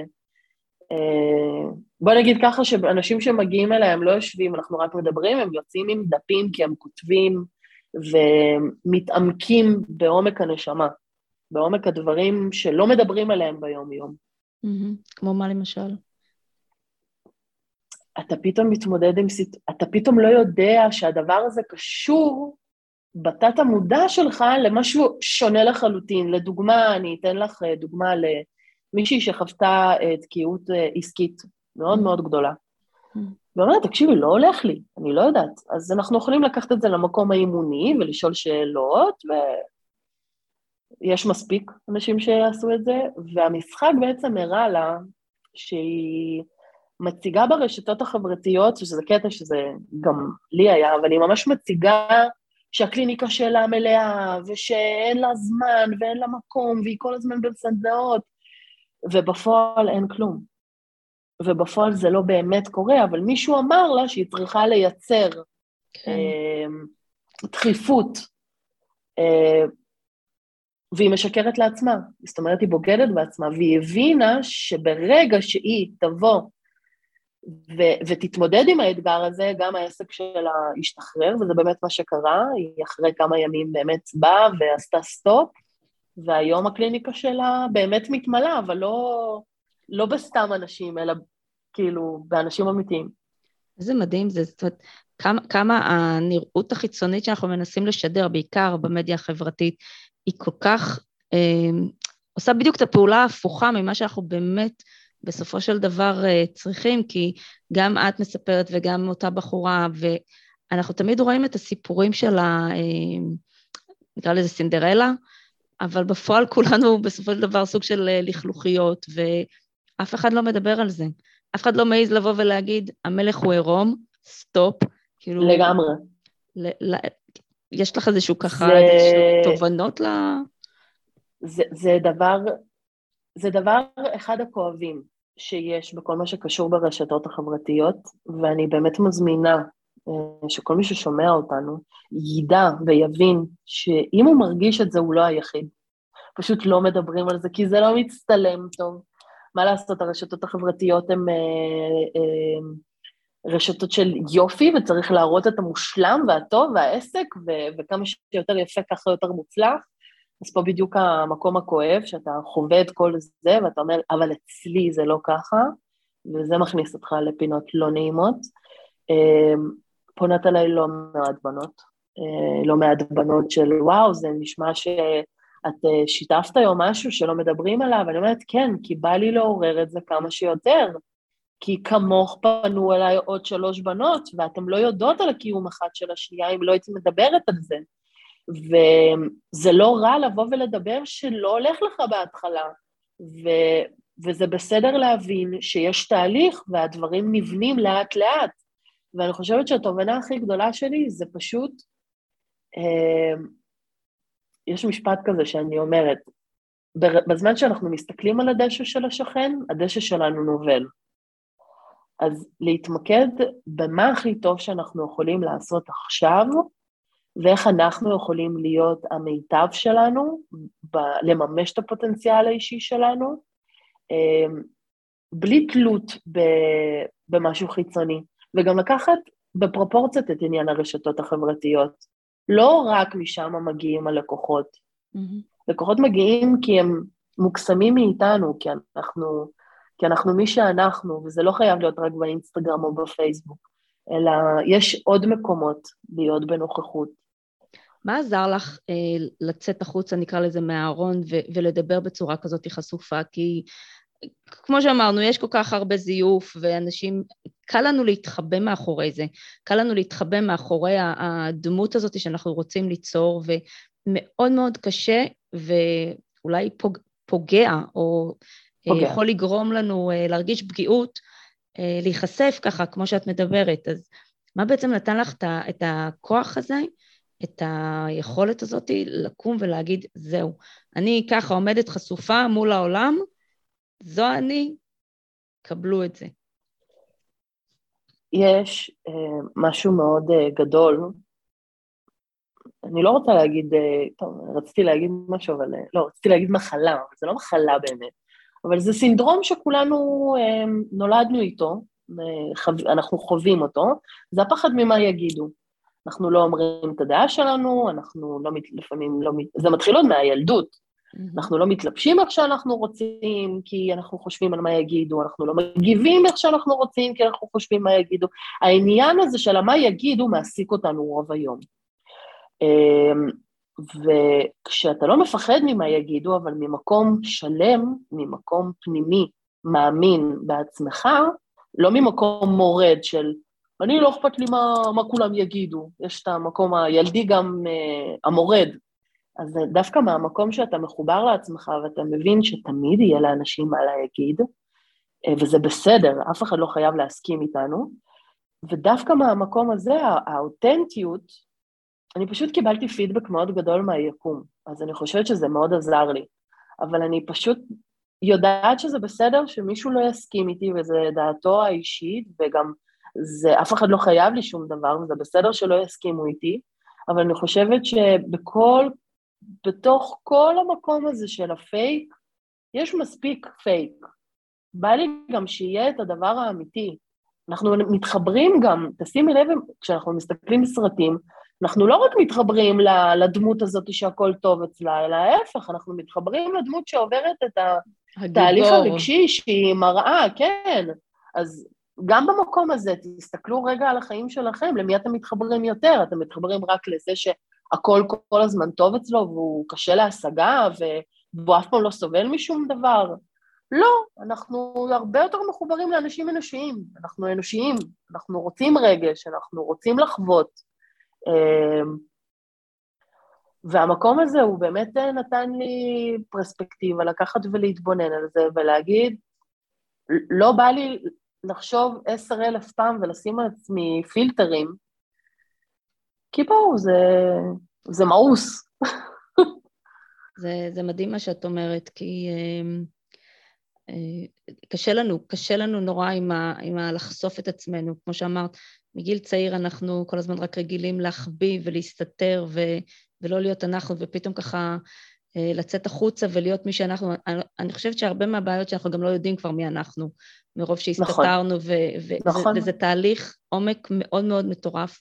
בוא נגיד ככה שאנשים שמגיעים אליהם לא יושבים, אנחנו רק מדברים, הם יוצאים עם דפים כי הם כותבים, ומתעמקים בעומק הנשמה, בעומק הדברים שלא מדברים עליהם ביום יום. כמו מה למשל? אתה פתאום מתמודד עם, אתה פתאום לא יודע שהדבר הזה קשור בתת המודע שלך למשהו שונה לחלוטין. לדוגמה, אני אתן לך דוגמה למישהי שחוותה תקיעות עסקית מאוד מאוד גדולה. ואומרת, תקשיבי, לא הולך לי, אני לא יודעת. אז אנחנו יכולים לקחת את זה למקום האימוני ולשאול שאלות, ויש מספיק אנשים שיעשו את זה, והמשחק בעצם הראה לה שהיא מציגה ברשתות החברתיות, שזה קטע שזה גם לי היה, אבל היא ממש מציגה שהקליניקה שלה מלאה, ושאין לה זמן ואין לה מקום, והיא כל הזמן בסדנאות, ובפועל אין כלום. ובפועל זה לא באמת קורה, אבל מישהו אמר לה שהיא צריכה לייצר כן. אה, דחיפות, אה, והיא משקרת לעצמה, זאת אומרת, היא בוגדת בעצמה, והיא הבינה שברגע שהיא תבוא ו- ותתמודד עם האתגר הזה, גם העסק שלה ישתחרר, וזה באמת מה שקרה, היא אחרי כמה ימים באמת באה ועשתה סטופ, והיום הקליניקה שלה באמת מתמלאה, אבל לא, לא בסתם אנשים, אלא כאילו באנשים אמיתיים. איזה מדהים זה, זאת אומרת, כמה, כמה הנראות החיצונית שאנחנו מנסים לשדר, בעיקר במדיה החברתית, היא כל כך, אה, עושה בדיוק את הפעולה ההפוכה ממה שאנחנו באמת בסופו של דבר אה, צריכים, כי גם את מספרת וגם אותה בחורה, ואנחנו תמיד רואים את הסיפורים של ה... אה, נקרא לזה סינדרלה, אבל בפועל כולנו בסופו של דבר סוג של אה, לכלוכיות, ואף אחד לא מדבר על זה. אף אחד לא מעז לבוא ולהגיד, המלך הוא עירום, סטופ. כאילו, לגמרי. ל, ל, יש לך איזשהו ככה, זה... איזשהו תובנות ל... זה, זה דבר, זה דבר אחד הכואבים שיש בכל מה שקשור ברשתות החברתיות, ואני באמת מזמינה שכל מי ששומע אותנו ידע ויבין שאם הוא מרגיש את זה הוא לא היחיד. פשוט לא מדברים על זה, כי זה לא מצטלם טוב. מה לעשות, הרשתות החברתיות הן אה, אה, רשתות של יופי, וצריך להראות את המושלם והטוב והעסק, ו- וכמה שיותר יפה ככה יותר מוצלח. אז פה בדיוק המקום הכואב, שאתה חווה את כל זה, ואתה אומר, אבל אצלי זה לא ככה, וזה מכניס אותך לפינות לא נעימות. אה, פונת עליי לא מעט בנות, אה, לא מעט בנות של וואו, זה נשמע ש... את שיתפת היום משהו שלא מדברים עליו, אני אומרת, כן, כי בא לי לעורר את זה כמה שיותר, כי כמוך פנו אליי עוד שלוש בנות, ואתם לא יודעות על הקיום אחד של השנייה, אם לא הייתי מדברת על זה, וזה לא רע לבוא ולדבר שלא הולך לך בהתחלה, ו... וזה בסדר להבין שיש תהליך, והדברים נבנים לאט לאט, ואני חושבת שהתובנה הכי גדולה שלי, זה פשוט, יש משפט כזה שאני אומרת, בזמן שאנחנו מסתכלים על הדשא של השכן, הדשא שלנו נובל. אז להתמקד במה הכי טוב שאנחנו יכולים לעשות עכשיו, ואיך אנחנו יכולים להיות המיטב שלנו, ב- לממש את הפוטנציאל האישי שלנו, בלי תלות ב- במשהו חיצוני, וגם לקחת בפרופורציות את עניין הרשתות החברתיות, לא רק משם מגיעים הלקוחות. Mm-hmm. לקוחות מגיעים כי הם מוקסמים מאיתנו, כי אנחנו, כי אנחנו מי שאנחנו, וזה לא חייב להיות רק באינסטגרם או בפייסבוק, אלא יש עוד מקומות להיות בנוכחות. מה עזר לך אה, לצאת החוצה, נקרא לזה מהארון, ו- ולדבר בצורה כזאת חשופה? כי כמו שאמרנו, יש כל כך הרבה זיוף, ואנשים, קל לנו להתחבא מאחורי זה, קל לנו להתחבא מאחורי הדמות הזאת שאנחנו רוצים ליצור, ומאוד מאוד קשה, ואולי פוג, פוגע, או פוגע. יכול לגרום לנו להרגיש פגיעות, להיחשף ככה, כמו שאת מדברת. אז מה בעצם נתן לך את הכוח הזה, את היכולת הזאת לקום ולהגיד, זהו, אני ככה עומדת חשופה מול העולם, זו אני, קבלו את זה. יש uh, משהו מאוד uh, גדול, אני לא רוצה להגיד, uh, טוב, רציתי להגיד משהו, אבל uh, לא, רציתי להגיד מחלה, אבל זה לא מחלה באמת, אבל זה סינדרום שכולנו uh, נולדנו איתו, uh, חו... אנחנו חווים אותו, זה הפחד ממה יגידו. אנחנו לא אומרים את הדעה שלנו, אנחנו לא, לפעמים לא, זה מתחיל עוד מהילדות, אנחנו לא מתלבשים איך שאנחנו רוצים, כי אנחנו חושבים על מה יגידו, אנחנו לא מגיבים איך שאנחנו רוצים, כי אנחנו חושבים מה יגידו. העניין הזה של מה יגידו מעסיק אותנו רוב היום. וכשאתה לא מפחד ממה יגידו, אבל ממקום שלם, ממקום פנימי, מאמין בעצמך, לא ממקום מורד של, אני לא אכפת לי מה, מה כולם יגידו, יש את המקום הילדי גם uh, המורד, אז דווקא מהמקום שאתה מחובר לעצמך, ואתה מבין שתמיד יהיה לאנשים מה להגיד, וזה בסדר, אף אחד לא חייב להסכים איתנו, ודווקא מהמקום הזה, האותנטיות, אני פשוט קיבלתי פידבק מאוד גדול מהיקום, אז אני חושבת שזה מאוד עזר לי, אבל אני פשוט יודעת שזה בסדר שמישהו לא יסכים איתי, וזה דעתו האישית, וגם זה, אף אחד לא חייב לי שום דבר, וזה בסדר שלא יסכימו איתי, אבל אני חושבת שבכל, בתוך כל המקום הזה של הפייק, יש מספיק פייק. בא לי גם שיהיה את הדבר האמיתי. אנחנו מתחברים גם, תשימי לב, כשאנחנו מסתכלים בסרטים, אנחנו לא רק מתחברים לדמות הזאת שהכל טוב אצלה, אלא ההפך, אנחנו מתחברים לדמות שעוברת את התהליך הרגשי שהיא מראה, כן. אז גם במקום הזה, תסתכלו רגע על החיים שלכם, למי אתם מתחברים יותר? אתם מתחברים רק לזה שהכל כל הזמן טוב אצלו, והוא קשה להשגה, והוא אף פעם לא סובל משום דבר. לא, אנחנו הרבה יותר מחוברים לאנשים אנושיים, אנחנו אנושיים, אנחנו רוצים רגש, אנחנו רוצים לחוות, והמקום הזה הוא באמת נתן לי פרספקטיבה, לקחת ולהתבונן על זה, ולהגיד, לא בא לי לחשוב עשר אלף פעם, ולשים על עצמי פילטרים, כי בואו, זה, זה מאוס. זה, זה מדהים מה שאת אומרת, כי קשה לנו, קשה לנו נורא עם, ה, עם ה, לחשוף את עצמנו, כמו שאמרת, מגיל צעיר אנחנו כל הזמן רק רגילים להחביא ולהסתתר ו, ולא להיות אנחנו, ופתאום ככה לצאת החוצה ולהיות מי שאנחנו, אני, אני חושבת שהרבה מהבעיות שאנחנו גם לא יודעים כבר מי אנחנו, מרוב שהסתתרנו, נכון. ו, ו, נכון. וזה, וזה תהליך עומק מאוד מאוד מטורף,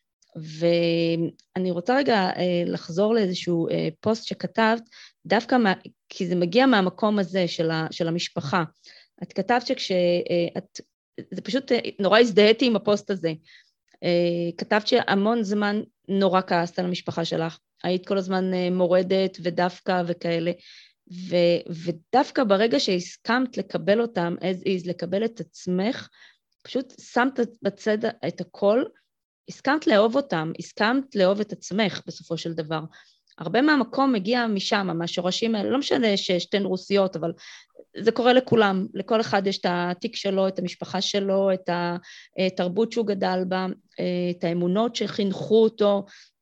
ואני רוצה רגע לחזור לאיזשהו פוסט שכתבת, דווקא מה, כי זה מגיע מהמקום הזה של, ה, של המשפחה. את כתבת שכשאת, זה פשוט נורא הזדהיתי עם הפוסט הזה. כתבת שהמון זמן נורא כעסת על המשפחה שלך, היית כל הזמן מורדת ודווקא וכאלה, ו, ודווקא ברגע שהסכמת לקבל אותם, as is, לקבל את עצמך, פשוט שמת בצד את הכל, הסכמת לאהוב אותם, הסכמת לאהוב את עצמך בסופו של דבר. הרבה מהמקום מגיע משם, מהשורשים האלה, לא משנה ששתיהן רוסיות, אבל זה קורה לכולם, לכל אחד יש את התיק שלו, את המשפחה שלו, את התרבות שהוא גדל בה, את האמונות שחינכו אותו,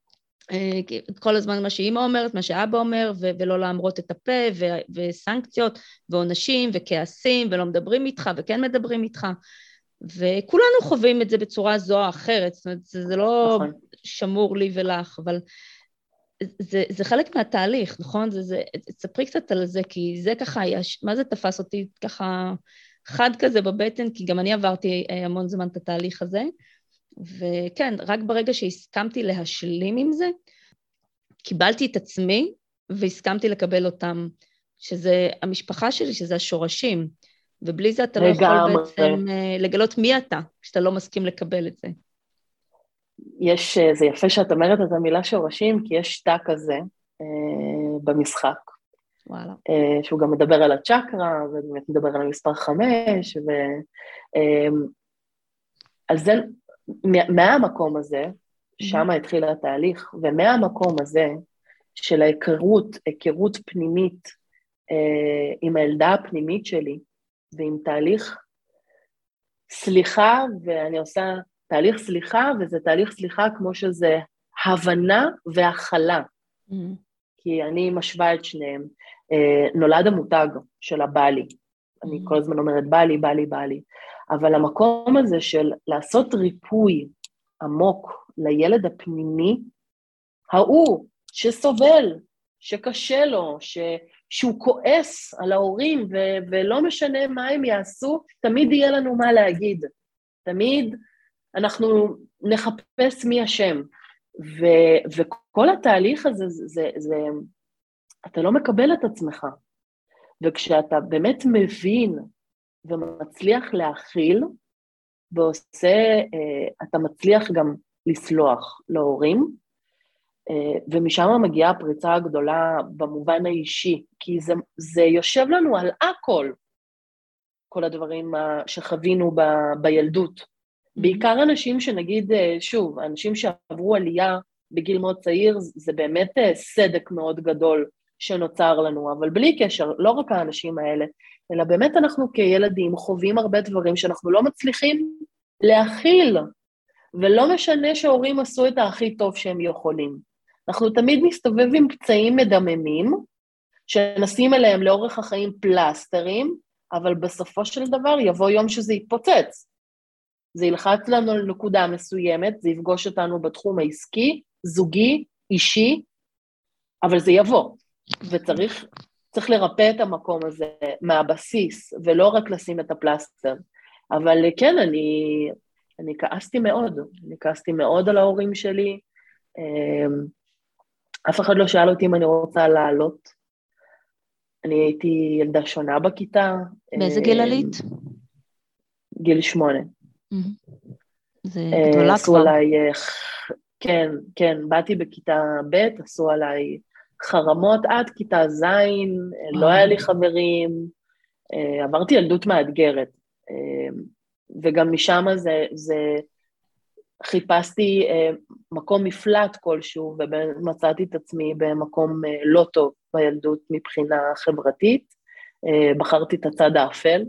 את כל הזמן מה שאמא אומרת, מה שאבא אומר, ו- ולא להמרות את הפה, ו- וסנקציות, ועונשים, וכעסים, ולא מדברים איתך, וכן מדברים איתך, וכולנו חווים את זה בצורה זו או אחרת, זאת אומרת, זה לא נכון. שמור לי ולך, אבל זה, זה חלק מהתהליך, נכון? זה, זה, תספרי קצת על זה, כי זה ככה, יש, מה זה תפס אותי ככה חד כזה בבטן, כי גם אני עברתי המון זמן את התהליך הזה, וכן, רק ברגע שהסכמתי להשלים עם זה, קיבלתי את עצמי, והסכמתי לקבל אותם, שזה המשפחה שלי, שזה השורשים, ובלי זה אתה לא יכול בעצם לגלות מי אתה, כשאתה לא מסכים לקבל את זה. יש, זה יפה שאת אומרת את המילה שורשים, כי יש תא כזה אה, במשחק. וואלה. אה, שהוא גם מדבר על הצ'קרה, ובאמת מדבר על המספר חמש, ו... אה, אז זה, מהמקום הזה, שם התחיל התהליך, ומהמקום הזה, של ההיכרות, היכרות פנימית, אה, עם הילדה הפנימית שלי, ועם תהליך סליחה, ואני עושה תהליך סליחה, וזה תהליך סליחה כמו שזה הבנה והכלה, mm-hmm. כי אני משווה את שניהם. אה, נולד המותג של הבעלי, mm-hmm. אני כל הזמן אומרת בעלי, בעלי, בעלי, אבל המקום הזה של לעשות ריפוי עמוק לילד הפנימי, ההוא שסובל, שקשה לו, ש... שהוא כועס על ההורים, ו- ולא משנה מה הם יעשו, תמיד יהיה לנו מה להגיד. תמיד אנחנו נחפש מי השם. ו- וכל התהליך הזה, זה, זה, זה, אתה לא מקבל את עצמך. וכשאתה באמת מבין ומצליח להכיל, ועושה, אתה מצליח גם לסלוח להורים, ומשם מגיעה הפריצה הגדולה במובן האישי, כי זה, זה יושב לנו על הכל, כל הדברים שחווינו ב, בילדות. Mm-hmm. בעיקר אנשים שנגיד, שוב, אנשים שעברו עלייה בגיל מאוד צעיר, זה באמת סדק מאוד גדול שנוצר לנו, אבל בלי קשר, לא רק האנשים האלה, אלא באמת אנחנו כילדים חווים הרבה דברים שאנחנו לא מצליחים להכיל, ולא משנה שההורים עשו את הכי טוב שהם יכולים. אנחנו תמיד מסתובבים פצעים מדממים, שנשים אליהם לאורך החיים פלסטרים, אבל בסופו של דבר יבוא יום שזה יתפוצץ. זה ילחץ לנו על נקודה מסוימת, זה יפגוש אותנו בתחום העסקי, זוגי, אישי, אבל זה יבוא, וצריך צריך לרפא את המקום הזה מהבסיס, ולא רק לשים את הפלסטר. אבל כן, אני, אני כעסתי מאוד, אני כעסתי מאוד על ההורים שלי, אף אחד לא שאל אותי אם אני רוצה לעלות, אני הייתי ילדה שונה בכיתה. באיזה גיל עלית? גיל שמונה. זה גדולה כבר. עליי, כן, כן, באתי בכיתה ב', עשו עליי חרמות עד כיתה זין, לא היה לי חברים, עברתי ילדות מאתגרת, וגם משם זה, זה חיפשתי מקום מפלט כלשהו, ומצאתי את עצמי במקום לא טוב בילדות מבחינה חברתית, בחרתי את הצד האפל,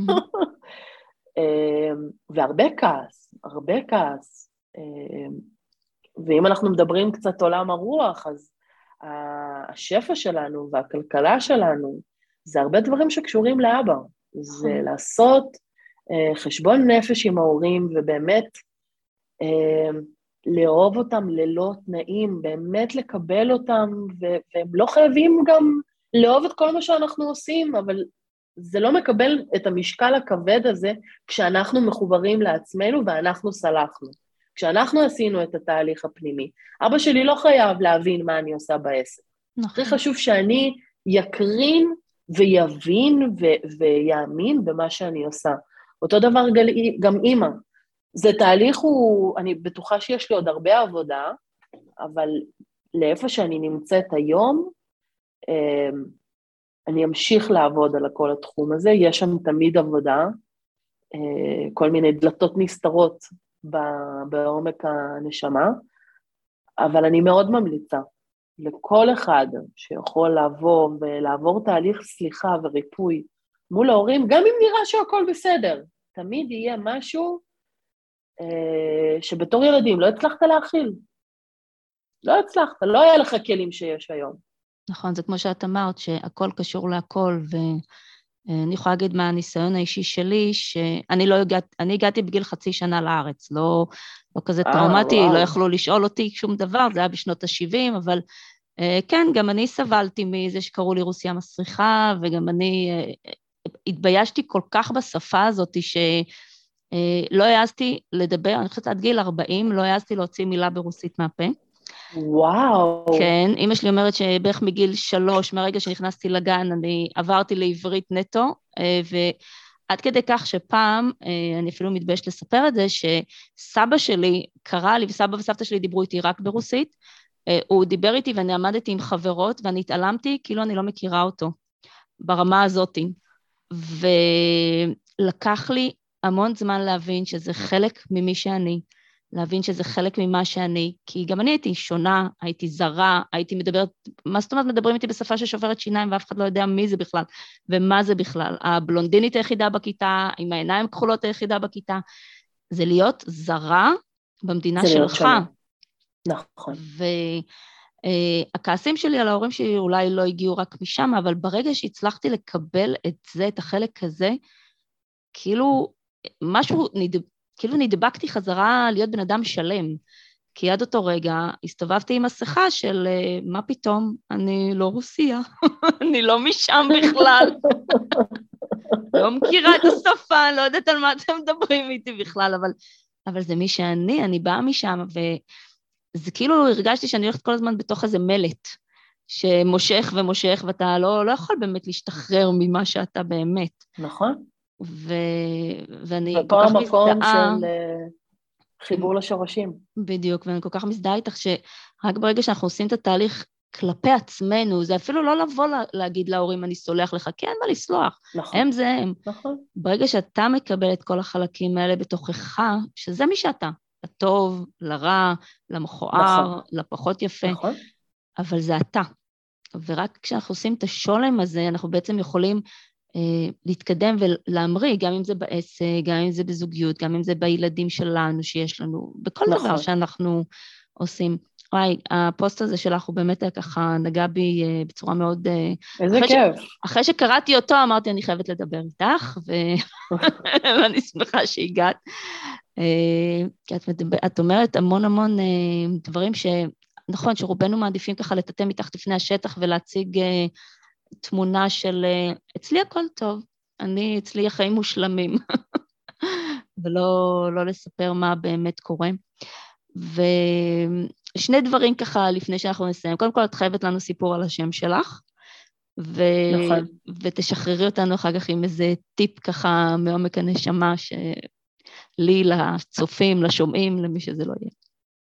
והרבה כעס, הרבה כעס, ואם אנחנו מדברים קצת עולם הרוח, אז השפע שלנו והכלכלה שלנו, זה הרבה דברים שקשורים לאבא, זה לעשות חשבון נפש עם ההורים, ובאמת לאהוב אותם ללא תנאים, באמת לקבל אותם, והם לא חייבים גם לאהוב את כל מה שאנחנו עושים, אבל זה לא מקבל את המשקל הכבד הזה, כשאנחנו מחוברים לעצמנו ואנחנו סלחנו. כשאנחנו עשינו את התהליך הפנימי, אבא שלי לא חייב להבין מה אני עושה בעסק. הכי חשוב שאני יקרין ויבין ו- ויאמין במה שאני עושה. אותו דבר גם אמא. זה תהליך הוא, אני בטוחה שיש לי עוד הרבה עבודה, אבל לאיפה שאני נמצאת היום, אני אמשיך לעבוד על כל התחום הזה, יש שם תמיד עבודה, כל מיני דלתות נסתרות בעומק הנשמה, אבל אני מאוד ממליצה לכל אחד שיכול לעבור ולעבור תהליך סליחה וריפוי מול ההורים, גם אם נראה שהכל בסדר, תמיד יהיה משהו שבתור ילדים לא הצלחת להכיל. לא הצלחת, לא היה לך כלים שיש היום. נכון, זה כמו שאת אמרת, שהכל קשור להכל, ואני יכולה להגיד מה הניסיון האישי שלי, שאני לא הגעתי, אני הגעתי בגיל חצי שנה לארץ, לא, לא כזה טראומטי, לא יכלו לשאול אותי שום דבר, זה היה בשנות ה-שבעים, אבל כן, גם אני סבלתי מזה שקראו לי רוסיה מסריחה, וגם אני התביישתי כל כך בשפה הזאת, שלא העזתי לדבר, אני חושבת עד גיל ארבעים, לא העזתי להוציא מילה ברוסית מהפה, וואו. כן, אמא שלי אומרת שבערך מגיל שלוש, מהרגע שנכנסתי לגן, אני עברתי לעברית נטו, ועד כדי כך שפעם, אני אפילו מתביישת לספר את זה, שסבא שלי קרא לי, וסבא וסבתא שלי דיברו איתי רק ברוסית, הוא דיבר איתי ואני עמדתי עם חברות, ואני התעלמתי כאילו אני לא מכירה אותו, ברמה הזאת, ולקח לי המון זמן להבין שזה חלק ממי שאני, להבין שזה חלק ממה שאני, כי גם אני הייתי שונה, הייתי זרה, הייתי מדברת, מה זאת אומרת מדברים איתי בשפה ששוברת שיניים, ואף אחד לא יודע מי זה בכלל, ומה זה בכלל, הבלונדינית היחידה בכיתה, עם העיניים כחולות היחידה בכיתה, זה להיות זרה במדינה שלך. נכון. והכעסים שלי על ההורים שלי אולי לא הגיעו רק משם, אבל ברגע שהצלחתי לקבל את זה, את החלק הזה, כאילו משהו נדבר, כאילו נדבקתי חזרה להיות בן אדם שלם, כי עד אותו רגע הסתובבתי עם מסכה של מה פתאום, אני לא רוסיה, אני לא משם בכלל, לא מכירה את השפה, לא יודעת על מה אתם מדברים איתי בכלל, אבל, אבל זה מי שאני, אני באה משם, וזה כאילו הרגשתי שאני הולכת כל הזמן בתוך איזה מלט, שמושך ומושך, ואתה לא, לא יכול באמת להשתחרר ממה שאתה באמת. נכון. ו... ואני ופה כל כך המקום מזדהה... של חיבור לשורשים. בדיוק, ואני כל כך מזדהה איתך שרק ברגע שאנחנו עושים את התהליך כלפי עצמנו, זה אפילו לא לבוא להגיד להורים, אני סולח לך, כן, מה לסלוח, נכון. הם זה הם. נכון. ברגע שאתה מקבל את כל החלקים האלה בתוכך, שזה מי שאתה, לטוב, לרע, למכוער, נכון. לפחות יפה, נכון. אבל זה אתה. ורק כשאנחנו עושים את השולם הזה, אנחנו בעצם יכולים להתקדם ולהמריא, גם אם זה בעסק, גם אם זה בזוגיות, גם אם זה בילדים שלנו שיש לנו, בכל נכון. דבר שאנחנו עושים. וואי, הפוסט הזה שלך הוא באמת ככה נגע בי בצורה מאוד... איזה כיף. ש... אחרי שקראתי אותו, אמרתי, אני חייבת לדבר איתך, ו... ואני שמחה שהגעת. כי את, את אומרת המון המון דברים ש... נכון, שרובנו מעדיפים ככה לטאטא מתחת לפני השטח ולהציג תמונה של אצלי הכל טוב, אני, אצלי החיים מושלמים, ולא לא לספר מה באמת קורה. ושני דברים ככה לפני שאנחנו נסיים. קודם כל, את חייבת לנו סיפור על השם שלך, ו... נכון. ותשחררי אותנו אחר כך עם איזה טיפ ככה מעומק הנשמה, שלי, לצופים, לשומעים, למי שזה לא יהיה.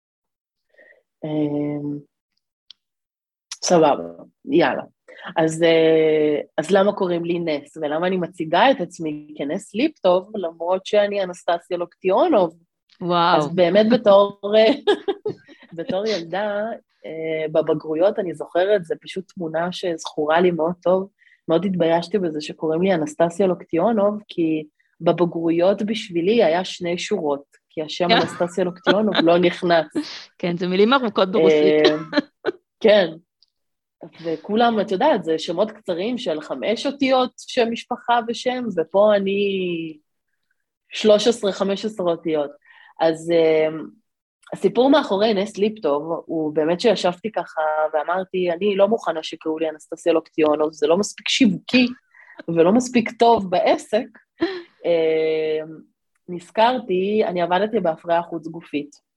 סבבה, יאללה. אז, אז למה קוראים לי נס, ולמה אני מציגה את עצמי כנס ליפטוב, למרות שאני אנסטסיה לוקטיונוב. וואו. אז באמת בתור, בתור ילדה, בבגרויות אני זוכרת, זה פשוט תמונה שזכורה לי מאוד טוב, מאוד התביישתי בזה שקוראים לי אנסטסיה לוקטיונוב, כי בבגרויות בשבילי היה שני שורות, כי השם אנסטסיה לוקטיונוב לא נכנס. כן, זה מילים ארוכות ברוסית. כן. וכולם, את יודעת, זה שמות קצרים של חמש אותיות של משפחה ושם, ופה אני שלוש עשרה חמש עשרה אותיות. אז uh, הסיפור מאחורי נס ליפטוב, הוא באמת שישבתי ככה ואמרתי, אני לא מוכנה שקראו לי אנסטסיה לוקטיונוב, זה לא מספיק שיווקי ולא מספיק טוב בעסק. Uh, נזכרתי, אני עבדתי בהפריה חוץ גופית,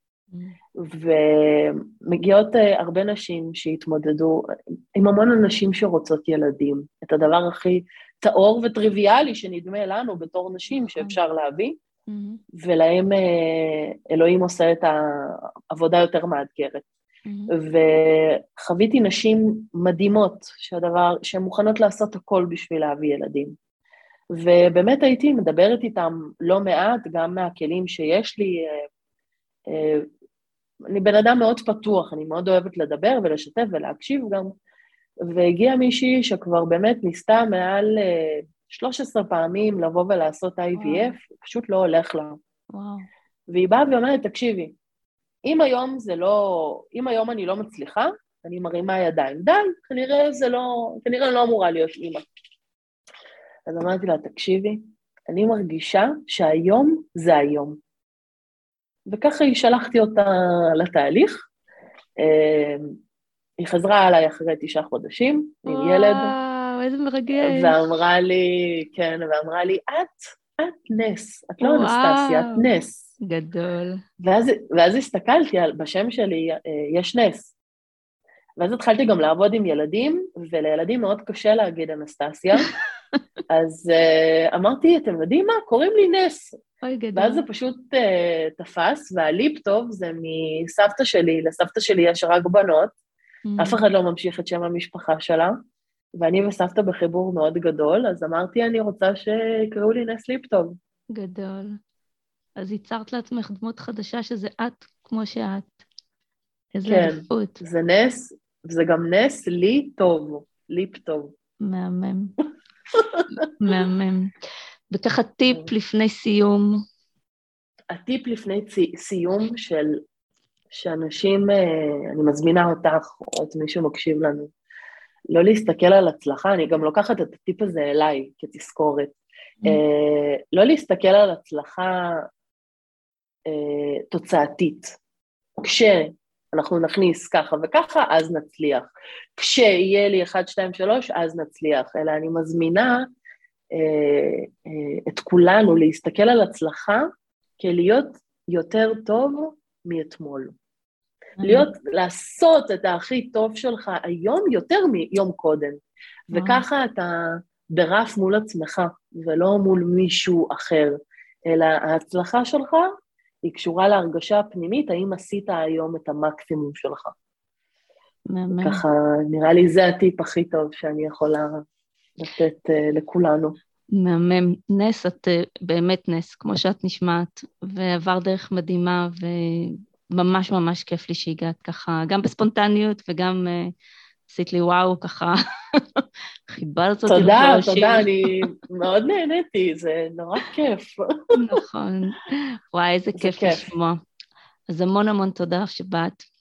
ומגיעות הרבה נשים שהתמודדו, עם המון אנשים שרוצות ילדים, את הדבר הכי טהור וטריוויאלי שנדמה לנו בתור נשים שאפשר להביא, ולהם אלוהים עושה את העבודה יותר מאתגרת. וחוויתי נשים מדהימות שהדבר, שהן מוכנות לעשות הכל בשביל להביא ילדים. ובאמת הייתי מדברת איתם לא מעט, גם מהכלים שיש לי, אני בן אדם מאוד פתוח, אני מאוד אוהבת לדבר ולשתף ולהקשיב גם, והגיעה מישהי שכבר באמת ניסתה מעל שלוש עשרה פעמים לבוא ולעשות איי וי אף, פשוט לא הולך לה. וואו. והיא באה ואומרת, תקשיבי, אם היום זה לא, אם היום אני לא מצליחה, אני מרימה ידיים, די, כנראה זה לא, כנראה לא אמורה להיות אימא. אז אמרתי לה, תקשיבי, אני מרגישה שהיום זה היום. וככה היא שלחתי אותה לתהליך, היא חזרה עליי אחרי תשעה חודשים, עם ילד. וואו, איזה מרגש. ואמרה לי, כן, ואמרה לי, את, את נס, את לא אנסטסיה, את נס. גדול. ואז, ואז הסתכלתי על, בשם שלי, יש נס. ואז התחלתי גם לעבוד עם ילדים, ולילדים מאוד קשה להגיד אנסטסיה, אז uh, אמרתי, אתם יודעים מה? קוראים לי נס. אוי, גדול. ואז זה פשוט uh, תפס, והליפטוב זה מסבתא שלי, לסבתא שלי יש רק בנות, mm. אף אחד לא ממשיך את שם המשפחה שלה, ואני וסבתא בחיבור מאוד גדול, אז אמרתי, אני רוצה שיקראו לי נס ליפטוב. גדול. אז ייצרת לעצמך דמות חדשה שזה את כמו שאת. איזה כן, עדיפות. זה נס, זה גם נס לי טוב, ליפטוב. מהמם. מהמם. וככה טיפ לפני סיום. הטיפ לפני סיום של שאנשים, אני מזמינה אותך או את מי שמקשיב לנו, לא להסתכל על הצלחה, אני גם לוקחת את הטיפ הזה אליי כתזכורת, לא להסתכל על הצלחה תוצאתית, כשאנחנו נכניס ככה וככה, אז נצליח, כשיהיה לי אחד, שתיים, שלוש, אז נצליח, אלא אני מזמינה את כולנו להסתכל על הצלחה, כלהיות יותר טוב מאתמול. להיות, לעשות את הכי טוב שלך היום יותר מיום קודם, וככה אתה ברף מול עצמך, ולא מול מישהו אחר, אלא ההצלחה שלך היא קשורה להרגשה הפנימית, האם עשית היום את המקסימום שלך. ככה נראה לי זה הטיפ הכי טוב שאני יכולה לתת לכולנו. מהמם, נס, את באמת נס, כמו שאת נשמעת, ועבר דרך מדהימה, וממש ממש כיף לי שהגעת ככה, גם בספונטניות, וגם uh, עשית לי וואו, ככה, חיבלת אותי. תודה, תודה, אני מאוד נהניתי, זה נורא כיף. נכון, וואי, איזה כיף לשמוע. אז המון המון תודה שבאת.